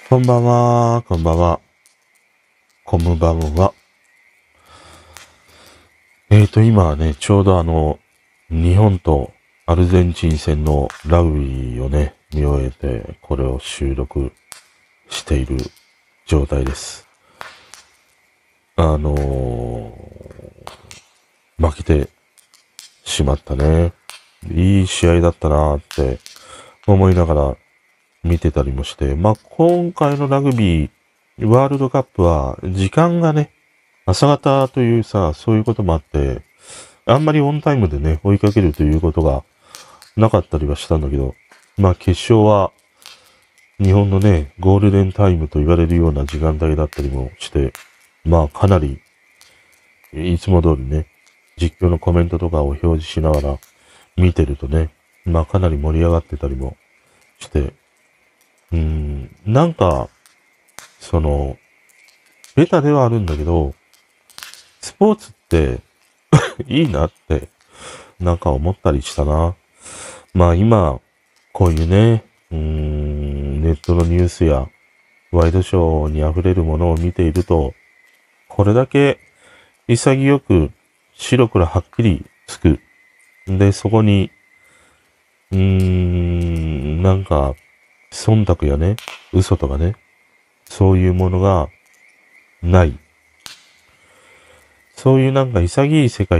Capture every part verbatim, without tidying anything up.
こんばんは、こんばんは、こんばんは。えーと、今はね、ちょうどあの、日本とアルゼンチン戦のラグビーをね、見終えて、これを収録している状態です。あのー、負けてしまったね。いい試合だったなーって思いながら見てたりもして、まあ、今回のラグビー、ワールドカップは時間がね、朝方というさ、そういうこともあって、あんまりオンタイムでね、追いかけるということがなかったりはしたんだけど、まあ決勝は日本のね、ゴールデンタイムと言われるような時間帯だったりもして、まあかなり、いつも通りね、実況のコメントとかを表示しながら見てるとね、まあかなり盛り上がってたりもして、うーん、なんか、その、ベタではあるんだけど、スポーツっていいなってなんか思ったりしたな。まあ今、こういうね、うーん、ネットのニュースやワイドショーに溢れるものを見ていると、これだけ潔く白黒はっきりつく。で、そこに、うーん、なんか、忖度やね、嘘とかね、そういうものがない。そういうなんか潔い世界って、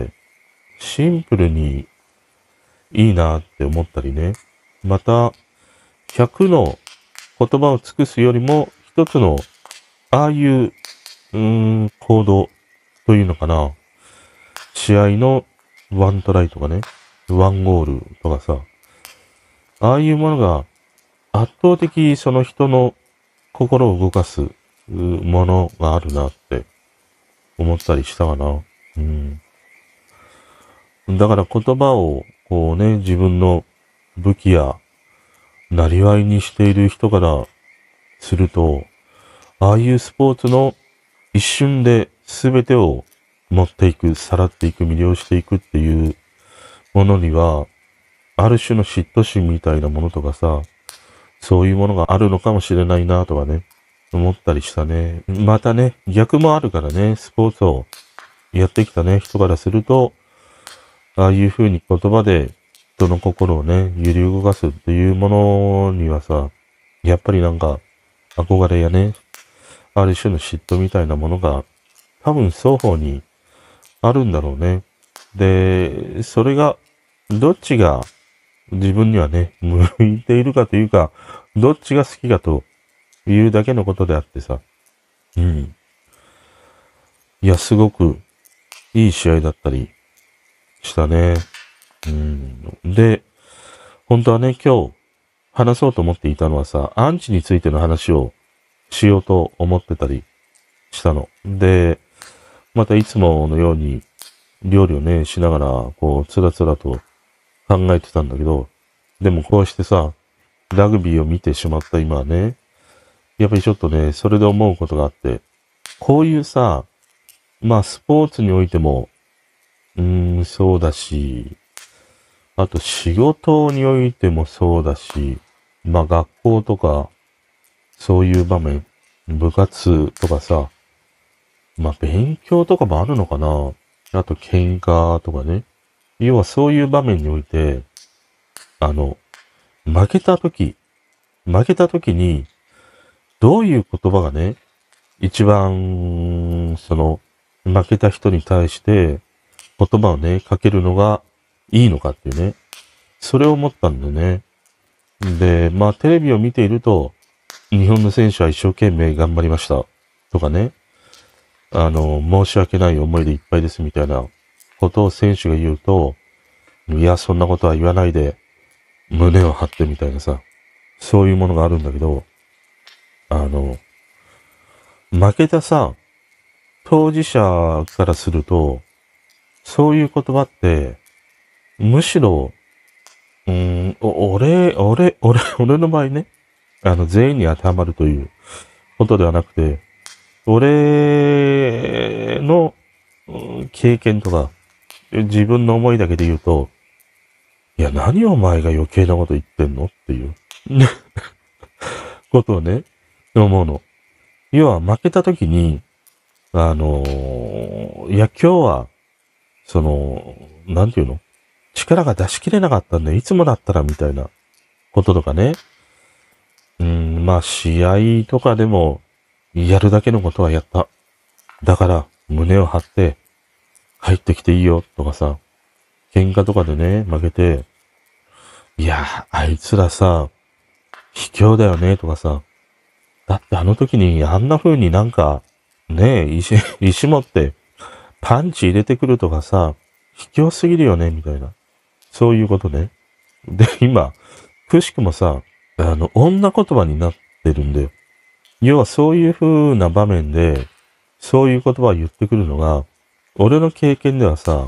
シンプルにいいなって思ったりね。また、ひゃくの言葉を尽くすよりも、一つの、ああいう、うーん、行動というのかな。試合のワントライとかね、ワンゴールとかさ、ああいうものが圧倒的その人の心を動かすものがあるなって思ったりしたかな。うん。だから言葉をこうね、自分の武器やなりわいにしている人からすると、ああいうスポーツの一瞬で全てを持っていく、さらっていく、魅了していくっていうものには、ある種の嫉妬心みたいなものとかさ、そういうものがあるのかもしれないなとかね、思ったりしたね。またね、逆もあるからね、スポーツをやってきたね、人からすると、ああいう風に言葉で人の心をね、揺り動かすっていうものにはさ、やっぱりなんか、憧れやね、ある種の嫉妬みたいなものが、多分双方にあるんだろうね。で、それが、どっちが自分にはね、向いているかというか、どっちが好きかというだけのことであってさ。うん。いや、すごくいい試合だったりしたね。うん。で、本当はね、今日話そうと思っていたのはさ、アンチについての話をしようと思ってたりしたの。で、またいつものように料理をね、しながら、こう、つらつらと考えてたんだけど、でもこうしてさ、ラグビーを見てしまった今はね、やっぱりちょっとね、それで思うことがあって、こういうさ、まあスポーツにおいても、うーん、そうだし、あと仕事においてもそうだし、まあ学校とか、そういう場面、部活とかさ、まあ勉強とかもあるのかな。あと喧嘩とかね。要はそういう場面において、あの、負けた時、負けた時に、どういう言葉がね、一番、その、負けた人に対して言葉をね、かけるのがいいのかっていうね。それを思ったんだよね。で、まあテレビを見ていると、日本の選手は一生懸命頑張りました。とかね。あの、申し訳ない思いでいっぱいですみたいなことを選手が言うと、いや、そんなことは言わないで、胸を張ってみたいなさ、そういうものがあるんだけど、あの、負けたさ、当事者からすると、そういう言葉って、むしろ、うーん、お俺、俺、俺、俺の場合ね、あの、全員に当てはまるということではなくて、俺のうん経験とか、自分の思いだけで言うと、いや、何お前が余計なこと言ってんのっていうことをね、 思うの。要は負けた時に、あのー、いや、今日は、その、なんていうの力が出し切れなかったんで、いつもだったらみたいなこととかね。うん、まあ、試合とかでも、やるだけのことはやった。だから、胸を張って、入ってきていいよ、とかさ。喧嘩とかでね、負けて、いや、あいつらさ、卑怯だよね、とかさ。だってあの時にあんな風になんか、ねえ、石、石持ってパンチ入れてくるとかさ、卑怯すぎるよね、みたいな。そういうことね。で、今、くしくもさ、あの、女言葉になってるんだよ。要はそういう風な場面で、そういう言葉を言ってくるのが、俺の経験ではさ、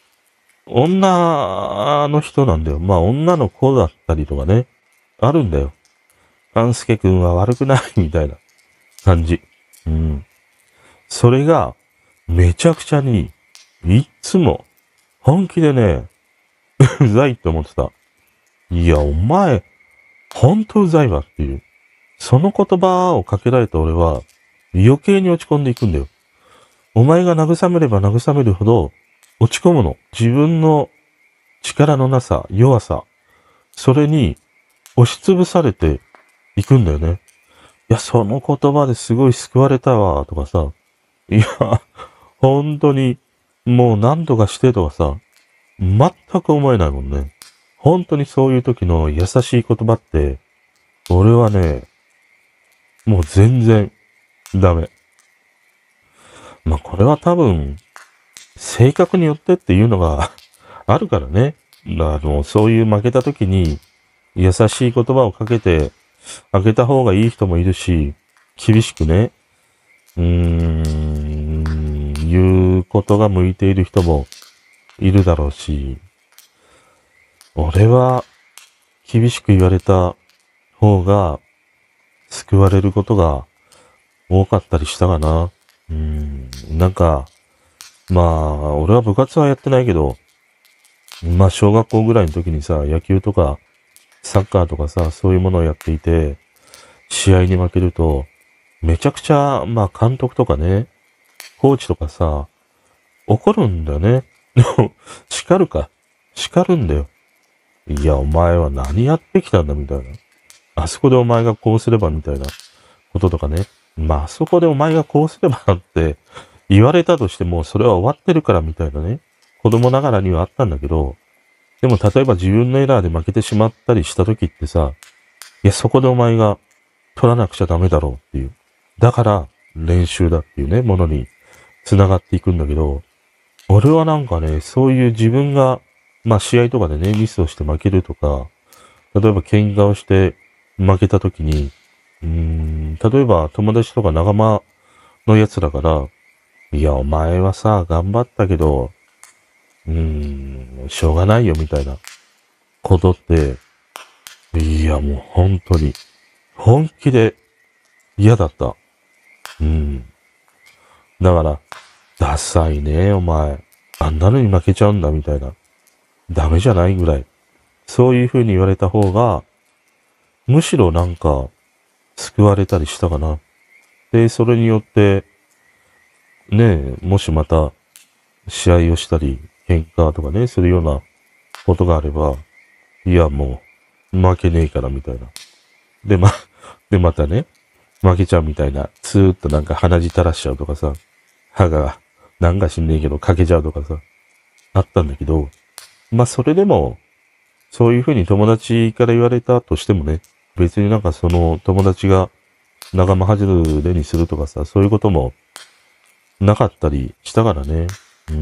女の人なんだよ。まあ女の子だったりとかね。あるんだよ。勘介くんは悪くないみたいな感じ。うん。それが、めちゃくちゃに、いっつも、本気でね、うざいって思ってた。いや、お前、ほんとうざいわっていう。その言葉をかけられた俺は、余計に落ち込んでいくんだよ。お前が慰めれば慰めるほど、落ち込むの。自分の力のなさ、弱さ、それに押しつぶされていくんだよね。いや、その言葉ですごい救われたわ、とかさ。いや、本当に、もう何とかしてとかさ、全く思えないもんね。本当にそういう時の優しい言葉って、俺はね、もう全然ダメ。まあこれは多分、性格によってっていうのがあるからね。あの、そういう負けた時に優しい言葉をかけてあげた方がいい人もいるし、厳しくね、うーん、言うことが向いている人もいるだろうし、俺は厳しく言われた方が救われることが多かったりしたかな。うーん、なんか、まあ、俺は部活はやってないけど、まあ小学校ぐらいの時にさ、野球とかサッカーとかさ、そういうものをやっていて、試合に負けると、めちゃくちゃ、まあ監督とかね、コーチとかさ、怒るんだよね。叱るか。叱るんだよ。いや、お前は何やってきたんだみたいな。あそこでお前がこうすればみたいなこととかね。まあ、あそこでお前がこうすればって言われたとしても、それは終わってるからみたいなね。子供ながらにはあったんだけど、でも例えば自分のエラーで負けてしまったりした時ってさ、いや、そこでお前が取らなくちゃダメだろうっていう。だから練習だっていうね、ものに繋がっていくんだけど、俺はなんかね、そういう自分が、まあ試合とかでね、ミスをして負けるとか、例えば喧嘩をして負けた時に、うーん、例えば友達とか仲間の奴らから、いや、お前はさ、頑張ったけど、うーん、しょうがないよみたいなことって、いや、もう本当に、本気で嫌だった。うん。だから、ダサいね、お前。あんなのに負けちゃうんだ、みたいな。ダメじゃないぐらい。そういう風に言われた方が、むしろなんか、救われたりしたかな。で、それによって、ねえ、もしまた、試合をしたり、喧嘩とかね、するようなことがあれば、いや、もう、負けねえから、みたいな。で、ま、で、またね、負けちゃうみたいな、ツーッとなんか鼻血垂らしちゃうとかさ、歯が、なんか知んねえけど、かけちゃうとかさ、あったんだけど、まあ、それでも、そういうふうに友達から言われたとしてもね、別になんかその友達が仲間外れにするとかさ、そういうこともなかったりしたからね。うん。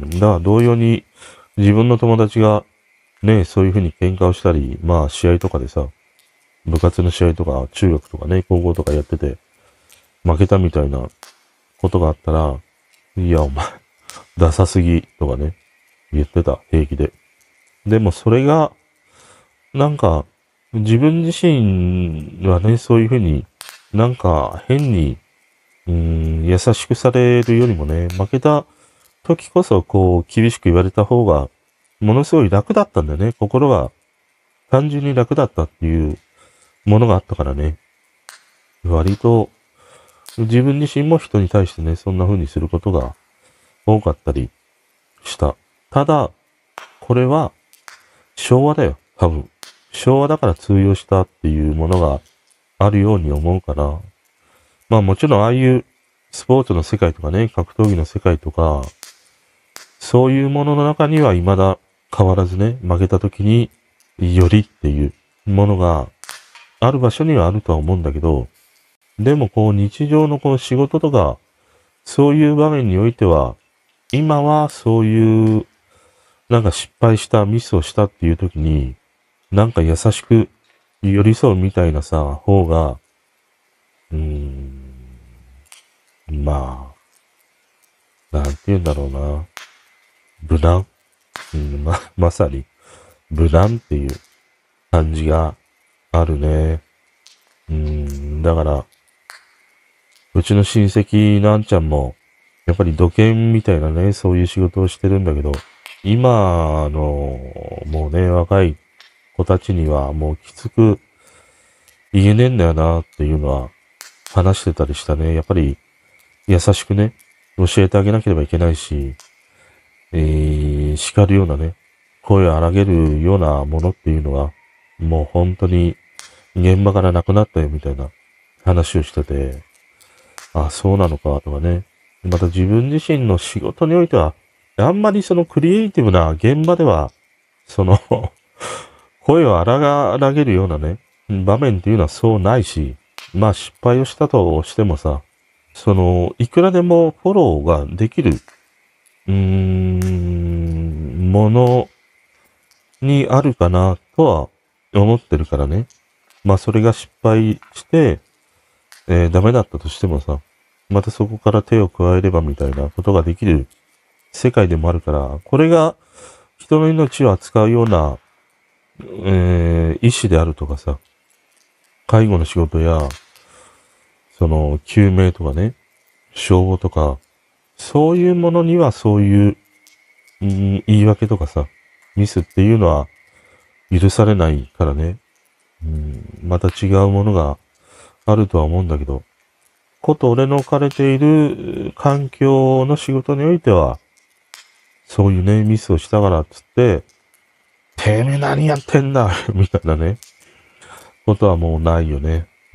だから同様に自分の友達がね、そういうふうに喧嘩をしたり、まあ試合とかでさ、部活の試合とか中学とかね、高校とかやってて負けたみたいなことがあったら、いやお前、ダサすぎとかね、言ってた、平気で。でもそれが、なんか、自分自身はね、そういうふうに、なんか変に、うーん、優しくされるよりもね、負けた時こそ、こう、厳しく言われた方が、ものすごい楽だったんだよね。心が単純に楽だったっていうものがあったからね。 割と自分自身も人に対してね、そんな風にすることが多かったりした。ただ、これは昭和だよ、多分。昭和だから通用したっていうものがあるように思うから、まあもちろんああいうスポーツの世界とかね、格闘技の世界とか、そういうものの中には未だ変わらずね、負けた時によりっていうものがある場所にはあるとは思うんだけど、でもこう日常のこう仕事とか、そういう場面においては、今はそういうなんか失敗したミスをしたっていう時に、なんか優しく寄り添うみたいなさ、方が、うーん、まあ、なんて言うんだろうな。無難、うん、ま、まさに、無難っていう感じがあるね。うん、だから、うちの親戚なんちゃんも、やっぱり土建みたいなね、そういう仕事をしてるんだけど、今の、もうね、若い子たちにはもうきつく言えねえんだよなっていうのは話してたりしたね。やっぱり優しくね、教えてあげなければいけないし、えー、叱るようなね、声を荒げるようなものっていうのは、もう本当に現場からなくなったよみたいな話をしてて、あ、そうなのかとかね。また自分自身の仕事においては、あんまりそのクリエイティブな現場では、その声を荒げるようなね、場面っていうのはそうないし、まあ失敗をしたとしてもさ、その、いくらでもフォローができる、うーん、ものにあるかなとは思ってるからね。まあそれが失敗して、えーダメだったとしてもさ、またそこから手を加えればみたいなことができる世界でもあるから、これが人の命を扱うような、えー医師であるとかさ、介護の仕事や、その、救命とかね、消防とか、そういうものにはそういう、うん、言い訳とかさ、ミスっていうのは許されないからね、うん、また違うものがあるとは思うんだけど、こと俺の置かれている環境の仕事においては、そういうね、ミスをしたからっつって、てめえ何やってんだみたいなね、ことはもうないよね。うん。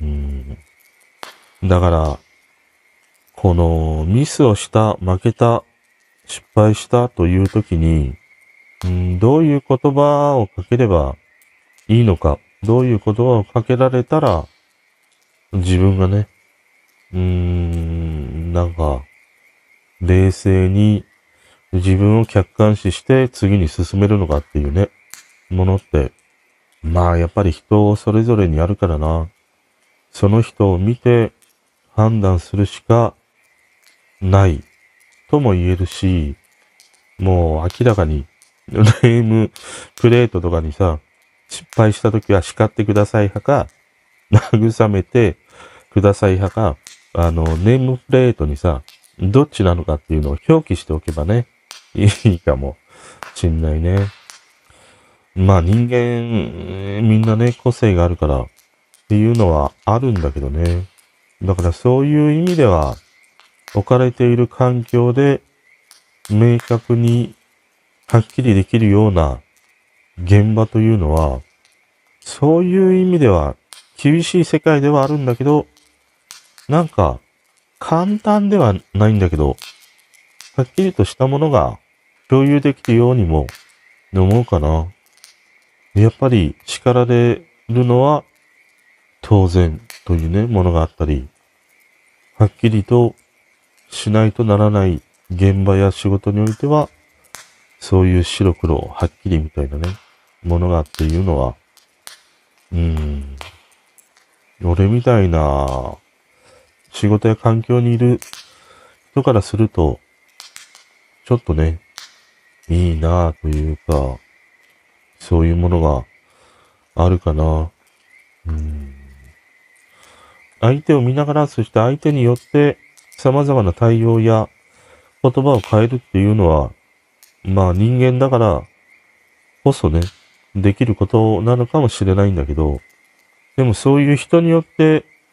だから、このミスをした、負けた、失敗したという時に、うん、どういう言葉をかければいいのか、どういう言葉をかけられたら、自分がね、うーん、なんか、冷静に自分を客観視して次に進めるのかっていうね、ものって、まあやっぱり人それぞれにあるからな。その人を見て判断するしかないとも言えるし、もう明らかにネームプレートとかにさ、失敗した時は叱ってください派か、慰めてください派か、あの、ネームプレートにさ、どっちなのかっていうのを表記しておけばね、いいかもしんないね。まあ人間、みんなね、個性があるからっていうのはあるんだけどね。だからそういう意味では、置かれている環境で明確にはっきりできるような現場というのは、そういう意味では厳しい世界ではあるんだけど、なんか簡単ではないんだけど、はっきりとしたものが共有できるようにも思うかな。やっぱり叱られるのは当然というね、ものがあったり、はっきりとしないとならない現場や仕事においては、そういう白黒はっきりみたいなね、ものがっていうのは、うーん、俺みたいな仕事や環境にいる人からすると、ちょっとね、いいなぁというか、そういうものがあるかな。うん、相手を見ながら、そして相手によって様々な対応や言葉を変えるっていうのは、まあ人間だからこそね、できることなのかもしれないんだけど、でもそういう人によって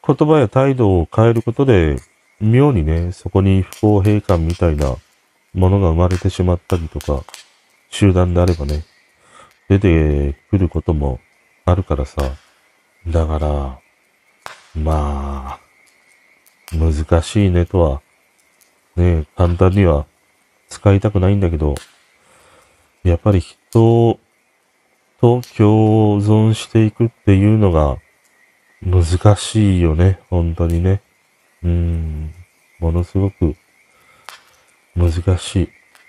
言葉や態度を変えることで、妙にね、そこに不公平感みたいなものが生まれてしまったりとか、集団であればね、出てくることもあるからさ。だから、まあ、難しいねとは、ね、簡単には使いたくないんだけど、やっぱり人と共存していくっていうのが難しいよね、本当にね。うーん、ものすごく難し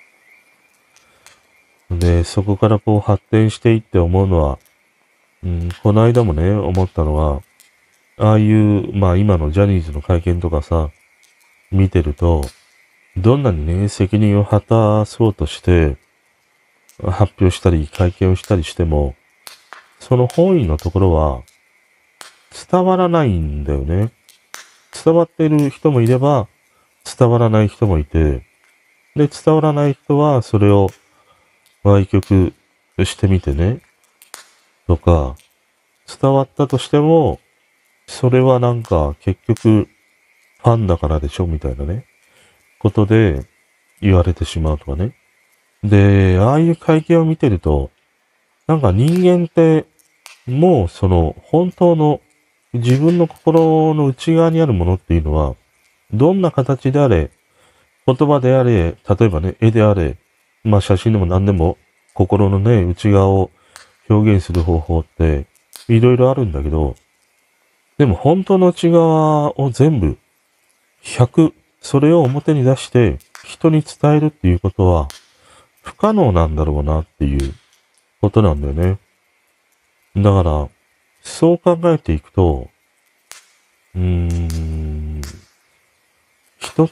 い。で、そこからこう発展していって思うのは、うん、この間もね、思ったのは、ああいう、まあ今のジャニーズの会見とかさ、見てると、どんなにね、責任を果たそうとして、発表したり、会見をしたりしても、その本意のところは、伝わらないんだよね。伝わっている人もいれば、伝わらない人もいて、で、伝わらない人は、それを、歪曲してみてね、とか、伝わったとしても、それはなんか、結局、ファンだからでしょみたいなね、ことで言われてしまうとかね。で、ああいう会見を見てると、なんか人間って、もうその、本当の自分の心の内側にあるものっていうのは、どんな形であれ、言葉であれ、例えばね、絵であれ、まあ写真でも何でも、心のね、内側を表現する方法って、いろいろあるんだけど、でも本当の内側を全部、ひゃく、それを表に出して人に伝えるっていうことは不可能なんだろうなっていうことなんだよね。だから、そう考えていくと、うーん、人って、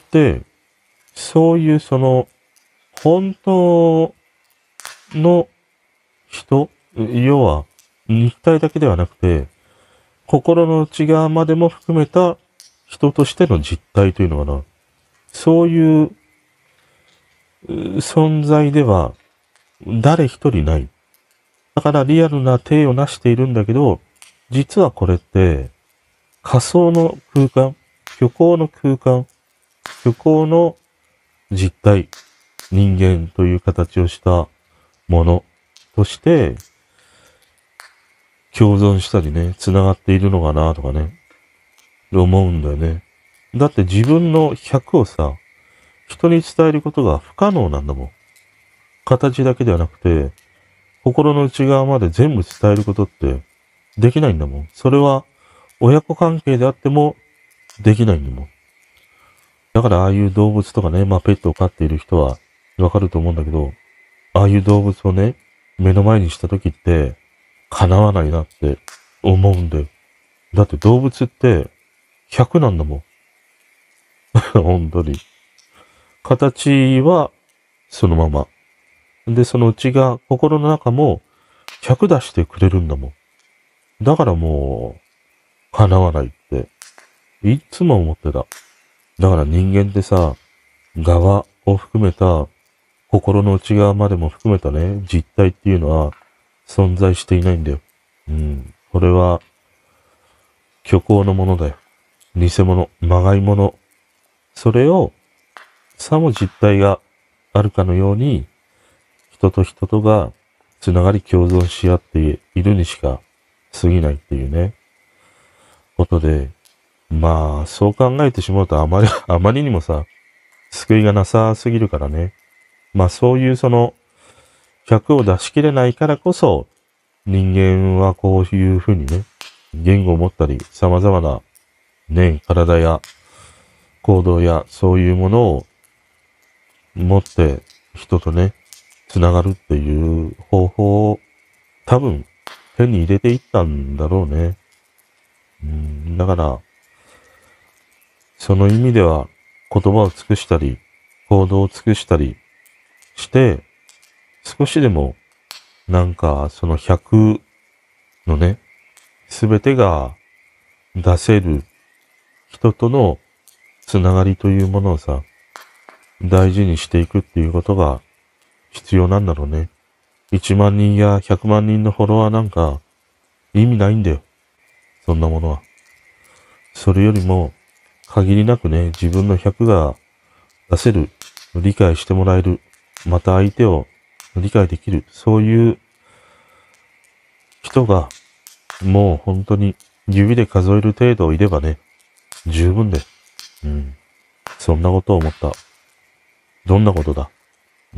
そういうその、本当の人、要は、肉体だけではなくて、心の内側までも含めた人としての実態というのかな。そういう存在では誰一人ない。だからリアルな体を成しているんだけど、実はこれって仮想の空間、虚構の空間、虚構の実体、人間という形をしたものとして共存したりね、繋がっているのかなとかね、思うんだよね。だって自分のひゃくをさ、人に伝えることが不可能なんだもん。形だけではなくて、心の内側まで全部伝えることってできないんだもん。それは親子関係であってもできないんだもん。だからああいう動物とかね、まあペットを飼っている人はわかると思うんだけど、ああいう動物をね、目の前にした時って叶わないなって思うんだよ。だって動物ってひゃくなんだもん。本当に。形はそのまま。で、その内が、心の中もひゃく出してくれるんだもん。だからもう、叶わないって、いつも思ってた。だから人間ってさ、側を含めた、心の内側までも含めたね、実体っていうのは存在していないんだよ。うん。これは、虚構のものだよ。偽物、まがいもの。それを、さも実体があるかのように、人と人とがつながり共存し合っているにしか過ぎないっていうね、ことで、まあ、そう考えてしまうとあまり、あまりにもさ、救いがなさすぎるからね。まあそういうその、ひゃくを出し切れないからこそ、人間はこういうふうにね、言語を持ったり、様々なね、体や行動やそういうものを持って人とね、つながるっていう方法を多分手に入れていったんだろうね。うん、だから、その意味では言葉を尽くしたり、行動を尽くしたりして、少しでもなんかそのひゃくのね、すべてが出せる人とのつながりというものをさ、大事にしていくっていうことが必要なんだろうね。いちまんにんやひゃくまんにんのフォロワーなんか意味ないんだよ。そんなものは。 それよりも、限りなくね、自分のひゃくが出せる、理解してもらえる、また相手を理解できる、そういう人が、もう本当に指で数える程度いればね、十分で。うん。そんなことを思った。どんなことだ。うん。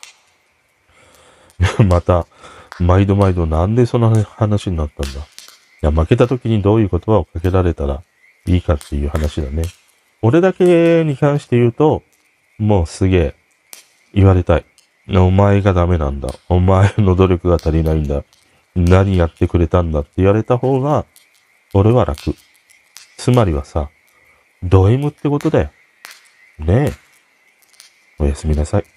また、毎度毎度なんでその話になったんだ。いや、負けた時にどういう言葉をかけられたらいいかっていう話だね。俺だけに関して言うと、もうすげえ言われたい。お前がダメなんだ。お前の努力が足りないんだ。何やってくれたんだって言われた方が、俺は楽。つまりはさ、ド M ってことだよ。ねえ。おやすみなさい。